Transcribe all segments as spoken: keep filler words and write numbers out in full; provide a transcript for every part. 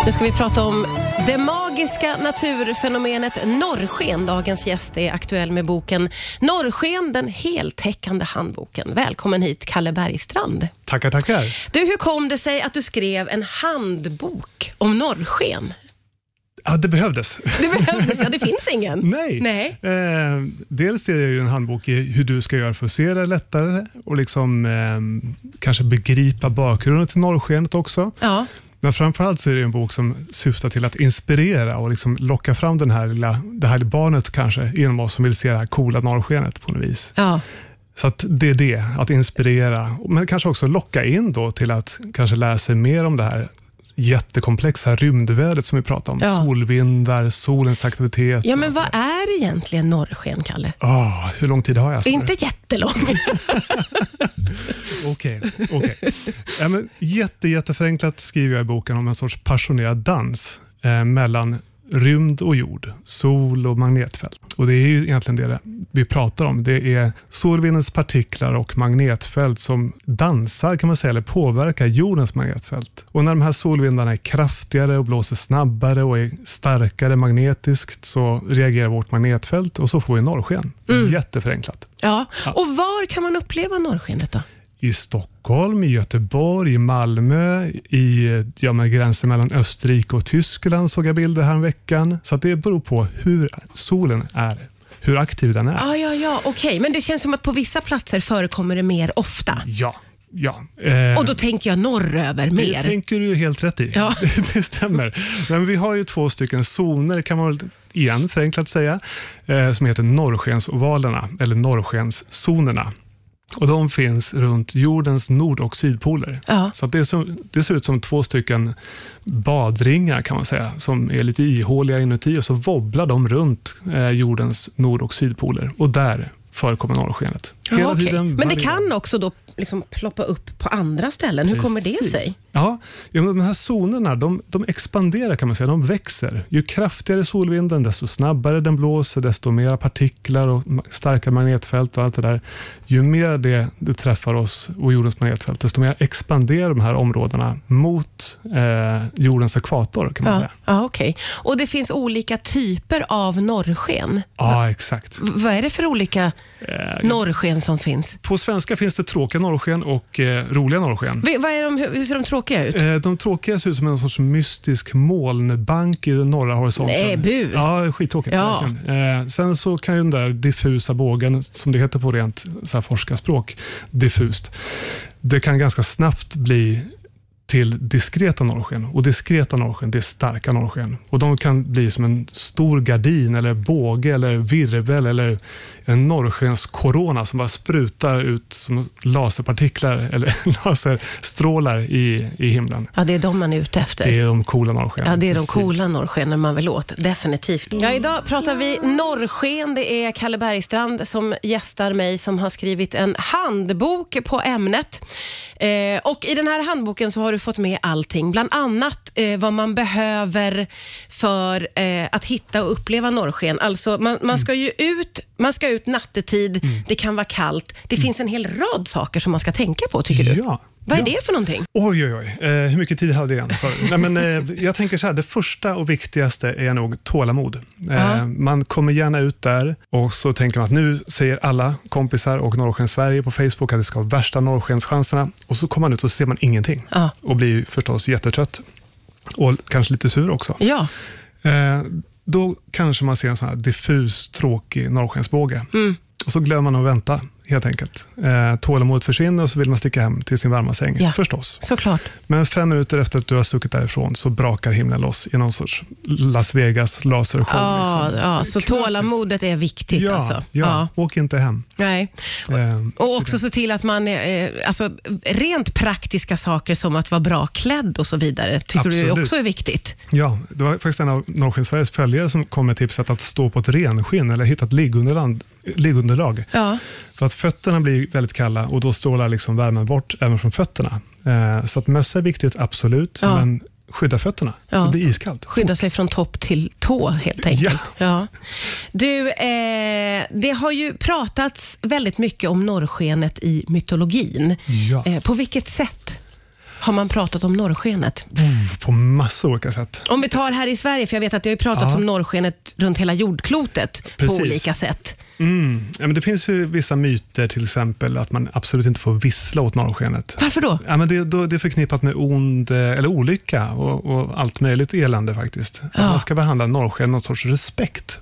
Nu ska vi prata om det magiska naturfenomenet norrsken. Dagens gäst är aktuell med boken Norrsken, den heltäckande handboken. Välkommen hit, Kalle Bergstrand. Tackar, tackar. Du, hur kom det sig att du skrev en handbok om norrsken? Ja, det behövdes. Det behövdes, ja, det finns ingen. Nej. Nej. Eh, dels är det ju en handbok i hur du ska göra för att se det lättare och liksom eh, kanske begripa bakgrunden till norrskenet också. Ja. Men framförallt så är det en bok som syftar till att inspirera och liksom locka fram den här lilla, det här barnet kanske inom oss som vill se det här coola norrskenet på något vis. Ja. Så att det är det, att inspirera, men kanske också locka in då till att kanske lära sig mer om det här jättekomplexa rymdvädret som vi pratar om. Ja. Solvindar, solens aktivitet. Ja, men vad är egentligen norrsken, Kalle? Oh, hur lång tid har jag? Inte jättelång. Okej, okej. Ja, men jätte, jätteförenklat skriver jag i boken om en sorts passionerad dans eh, mellan rymd och jord, sol och magnetfält. Och det är ju egentligen det vi pratar om. Det är solvindens partiklar och magnetfält som dansar, kan man säga, eller påverkar jordens magnetfält. Och när de här solvindarna är kraftigare och blåser snabbare och är starkare magnetiskt så reagerar vårt magnetfält och så får vi norrsken. Mm. Jätteförenklat. Ja, och var kan man uppleva norrskenet då? I Stockholm, i Göteborg, i Malmö, i ja, med gränsen mellan Österrike och Tyskland såg jag bilder här en veckan. Så att det beror på hur solen är, hur aktiv den är. Ja, ja, ja, okej. Okay. Men det känns som att på vissa platser förekommer det mer ofta. Ja. Ja, eh, och då tänker jag norröver mer. Det tänker du helt rätt i. Ja. det, det stämmer. Men vi har ju två stycken zoner, kan man igen förenklat säga, eh, som heter norrskensovalerna eller norrskenszonerna. Och de finns runt jordens nord- och sydpoler. Ja. Så att det, som, det ser ut som två stycken badringar, kan man säga, som är lite ihåliga inuti och så wobblar de runt eh, jordens nord- och sydpoler. Och där förekommer norrskenet. Hela ja, okay. tiden. Men det kan också då liksom ploppa upp på andra ställen. Hur Precis. kommer det sig? Ja, de här zonerna, de, de expanderar, kan man säga. De växer. Ju kraftigare solvinden, desto snabbare den blåser, desto mer partiklar och starka magnetfält och allt det där. Ju mer det, det träffar oss och jordens magnetfält, desto mer expanderar de här områdena mot eh, jordens ekvator, kan man ja. säga. Ja, okej. Okay. Och det finns olika typer av norrsken. Ja, exakt. V- vad är det för olika eh, norrsken som finns? På svenska finns det tråkiga norrsken och eh, roliga norrsken. V- vad är de, hur ser de tråkiga ut? Eh, de tråkiga ser ut som en sorts mystisk molnbank i den norra horisonten. Nej, bu. Ja, skittråkigt. Ja. Eh, sen så kan ju den där diffusa bågen, som det heter på rent så här forskarspråk, diffust. Det kan ganska snabbt bli till diskreta norrsken. Och diskreta norrsken, det är starka norrsken. Och de kan bli som en stor gardin eller båge eller virvel eller en norrskenskorona som bara sprutar ut som laserpartiklar eller laserstrålar i, i himlen. Ja, det är de man är ute efter. Det är de coola norrskenen. Ja, det är de Precis. coola norrskenen man vill åt. Definitivt. Ja, idag pratar vi norrsken. Det är Kalle Bergstrand som gästar mig som har skrivit en handbok på ämnet. Eh, och i den här handboken så har du fått med allting. Bland annat eh, vad man behöver för eh, att hitta och uppleva norrsken. Alltså man, man ska ju ut, man ska ut nattetid. Mm. Det kan vara kallt. Det mm. finns en hel rad saker som man ska tänka på, tycker du? Ja. Vad är ja. det för någonting? Oj, oj, oj. Eh, hur mycket tid hade jag? Nej, men, eh, jag tänker så här, det första och viktigaste är nog tålamod. Eh, uh-huh. Man kommer gärna ut där och så tänker man att nu säger alla kompisar och Norrsken Sverige på Facebook att det ska vara värsta norrskenschanserna. Och så kommer man ut och så ser man ingenting. Uh-huh. Och blir förstås jättetrött. Och kanske lite sur också. Ja. Eh, då kanske man ser en sån här diffus, tråkig norrskensbåge. Mm. Och så glömmer man att vänta, helt enkelt. Eh, tålamodet försvinner och så vill man sticka hem till sin varma säng, ja, förstås. Såklart. Men fem minuter efter att du har stuckit därifrån så brakar himlen loss i någon sorts Las Vegas lasershow. Ja, liksom. ja, så tålamodet är viktigt. Ja, alltså. ja, ja, åk inte hem. Nej. Eh, och också se till att man, eh, alltså rent praktiska saker som att vara bra klädd och så vidare, tycker Absolut. du också är viktigt? Ja, det var faktiskt en av Norrsken Sveriges följare som kom med tipset att stå på ett renskinn eller hitta ett liggunderlag. liggunderlag. Ja. För att fötterna blir väldigt kalla och då strålar liksom värmen bort även från fötterna. Eh, så att mössa är viktigt, absolut, ja. men skydda fötterna. Ja. Det blir iskallt. Skydda sig från topp till tå, helt enkelt. Ja. Ja. Du, eh, det har ju pratats väldigt mycket om norrskenet i mytologin. Ja. Eh, på vilket sätt? har man pratat om norrskenet? Mm, på massor olika sätt. Om vi tar här i Sverige, för jag vet att det har ju pratats ja. om norrskenet runt hela jordklotet. Precis. På olika sätt. Mm. Ja, men det finns ju vissa myter, till exempel att man absolut inte får vissla åt norrskenet. Varför då? Ja, men det, då, det är förknippat med ond eller olycka och, och allt möjligt elände faktiskt. Ja. Man ska behandla norrsken med någon sorts respekt.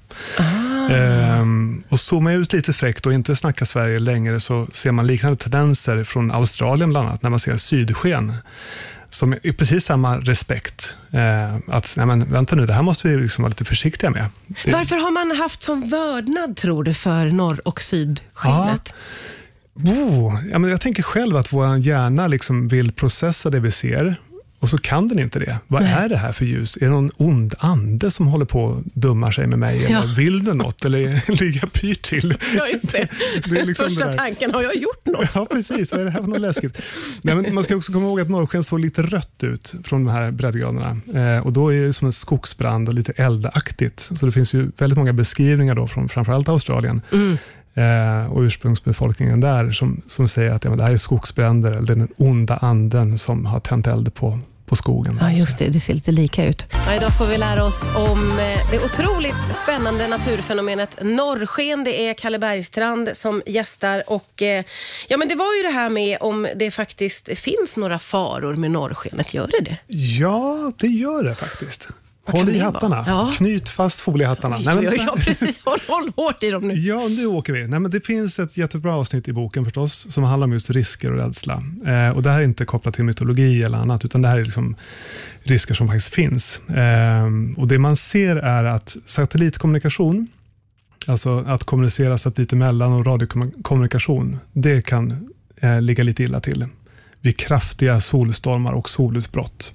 Ehm, och zoomar ut lite fräckt och inte snacka Sverige längre, så ser man liknande tendenser från Australien bland annat, när man ser sydsken som är precis samma respekt. Eh, att, nej men, vänta nu, det här måste vi liksom vara lite försiktiga med. Det... Varför har man haft som vördnad, tror du, för norr- och sydskenet? Ja. Oh, ja, men jag tänker själv att vår hjärna liksom vill processa det vi ser. Och så kan den inte det. Vad Nej. är det här för ljus? Är det någon ond ande som håller på och dummar sig med mig? Ja. Eller vill den något? Eller ligger jag pyr till? Ja, just det. det är liksom första tanken, har jag gjort något? Ja, precis. Vad är det här för något läskigt? Nej, men man ska också komma ihåg att norrsken såg lite rött ut från de här breddgraderna. Eh, och då är det som en skogsbrand och lite eldaktigt. Så det finns ju väldigt många beskrivningar då från framförallt Australien. Mm. Eh, och ursprungsbefolkningen där som, som säger att ja, men det här är skogsbränder eller den onda anden som har tänt eld på, på skogen. Ja, just det. Det ser lite lika ut. Ja, idag får vi lära oss om det otroligt spännande naturfenomenet norrsken. Det är Kalle Bergstrand som gästar och eh, ja, men det var ju det här med om det faktiskt finns några faror med norrskenet. Gör det det? Ja, det gör det faktiskt. Håll i hattarna. Ja. Knyt fast foliehattarna. Nej, men, ja, ja, precis. Håll, håll hårt i dem nu. Ja, nu åker vi. Nej, men det finns ett jättebra avsnitt i boken förstås som handlar om just risker och rädsla. Eh, och det här är inte kopplat till mytologi eller annat, utan det här är liksom risker som faktiskt finns. Eh, och det man ser är att satellitkommunikation, alltså att kommunicera satellit emellan och radiokommunikation, det kan eh, ligga lite illa till vid kraftiga solstormar och solutbrott.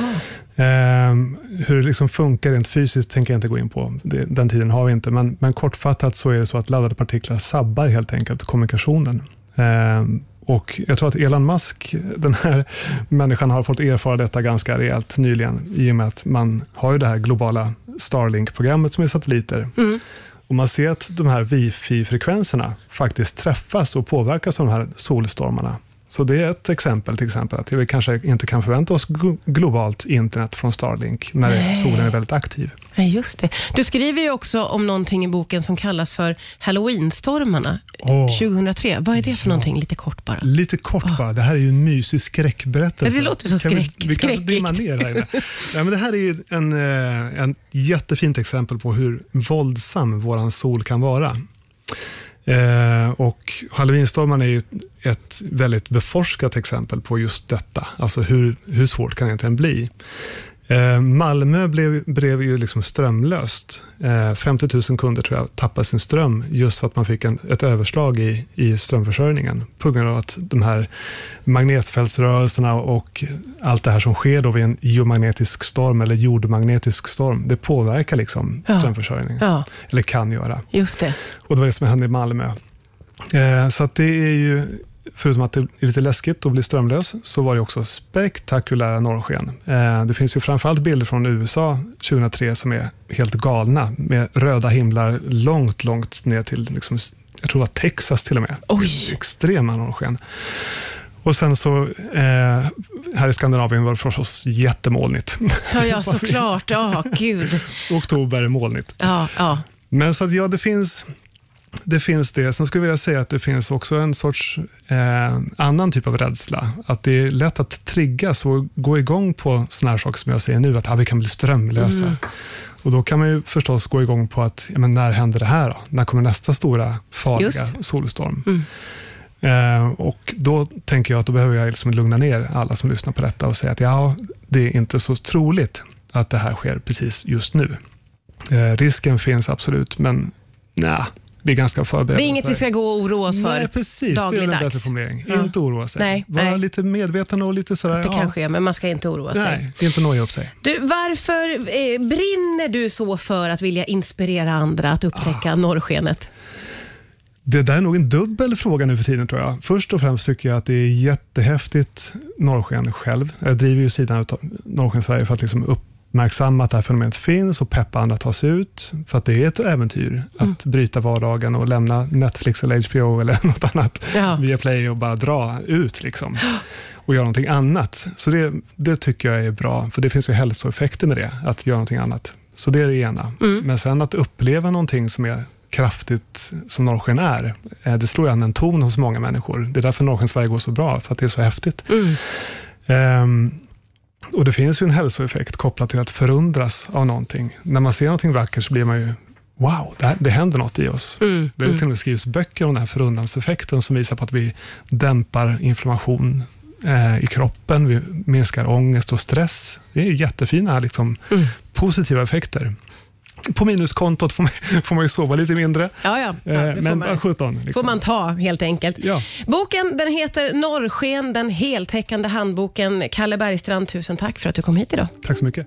Eh, hur det liksom funkar rent fysiskt tänker jag inte gå in på. Det, den tiden har vi inte. Men, men kortfattat så är det så att laddade partiklar sabbar helt enkelt kommunikationen. Eh, och jag tror att Elon Musk, den här människan, har fått erfara detta ganska rejält nyligen i och med att man har ju det här globala Starlink-programmet som är satelliter. Mm. Och man ser att de här wifi-frekvenserna faktiskt träffas och påverkas av de här solstormarna. Så det är ett exempel till exempel att vi kanske inte kan förvänta oss globalt internet från Starlink när Nej. solen är väldigt aktiv. Ja, just det. Du skriver ju också om någonting i boken som kallas för Halloween-stormarna oh. tjugohundratre. Vad är det för ja. någonting? Lite kort bara. Lite kort oh. bara. Det här är ju en mysig skräckberättelse. Det låter så skräck, vi, vi kan dimma ner här inne. Ja, men det här är ju en, en jättefint exempel på hur våldsam våran sol kan vara. Eh, och Halloweenstormarna är ju ett väldigt beforskat exempel på just detta. Alltså hur, hur svårt kan det egentligen bli? Eh, Malmö blev, blev ju liksom strömlöst. Eh, femtio tusen kunder tror jag tappade sin ström just för att man fick en, ett överslag i, i strömförsörjningen. På grund av att de här magnetfältsrörelserna och allt det här som sker då vid en geomagnetisk storm eller jordmagnetisk storm, det påverkar liksom ja. strömförsörjningen. Ja. Eller kan göra. Just det. Och det var det som hände i Malmö. Eh, så att det är ju, förutom att det är lite läskigt att bli strömlös, så var det också spektakulära norrsken. Eh, det finns ju framförallt bilder från U S A tjugohundratre som är helt galna, med röda himlar långt, långt ner till, liksom, jag tror att Texas till och med. Oj. Extrema norrsken. Och sen så, eh, här i Skandinavien var det förstås jättemolnigt. Ja, ja, såklart. Ja, gud. Oktober är molnigt. Ja, ja. Men så att ja, det finns... Det finns det. Sen skulle jag vilja säga att det finns också en sorts eh, annan typ av rädsla. Att det är lätt att triggas och gå igång på såna här saker som jag säger nu. Att ah, vi kan bli strömlösa. Mm. Och då kan man ju förstås gå igång på att ja, men när händer det här då? När kommer nästa stora farliga Just. solstorm? Mm. Eh, och då tänker jag att då behöver jag liksom lugna ner alla som lyssnar på detta och säga att ja, det är inte så troligt att det här sker precis just nu. Eh, risken finns absolut, men nej. Vi är ganska förberedda. Det är inget vi ska gå och oroa oss för. Nej, precis. Dagligdags. Det är en bättre formulering. Ja. Inte oroa sig. Nej, Var nej. lite medveten och lite sådär. Det ja. kan ske, men man ska inte oroa nej, sig. Nej, inte noja upp sig. Du, varför eh, brinner du så för att vilja inspirera andra att upptäcka ah. norrskenet? Det där är nog en dubbel fråga nu för tiden, tror jag. Först och främst tycker jag att det är jättehäftigt norrsken själv. Jag driver ju sidan av Norrsken Sverige för att liksom upp uppmärksamma att det här fenomenet finns och peppa andra att ta sig ut, för att det är ett äventyr mm. att bryta vardagen och lämna Netflix eller H B O eller något annat ja. via Play och bara dra ut liksom. och göra någonting annat. Så det, det tycker jag är bra, för det finns ju hälsoeffekter med det, att göra någonting annat. Så det är det ena. Mm. Men sen att uppleva någonting som är kraftigt som norrsken är, det slår an en ton hos många människor. Det är därför Norrsken Sverige går så bra, för att det är så häftigt. Mm. Um, och det finns ju en hälsoeffekt kopplat till att förundras av någonting. När man ser någonting vackert så blir man ju wow, det, här, det händer något i oss. Mm. Det är till och med skrivs böcker om den här förundranseffekten som visar på att vi dämpar inflammation eh, i kroppen, vi minskar ångest och stress. Det är jättefina liksom, mm. positiva effekter. På minuskontot får man, får man ju sova lite mindre. Ja, ja. ja eh, men man, sjutton, liksom. får man ta helt enkelt. Ja. Boken den heter Norrsken, den heltäckande handboken. Kalle Bergstrand, tusen tack för att du kom hit idag. Tack så mycket.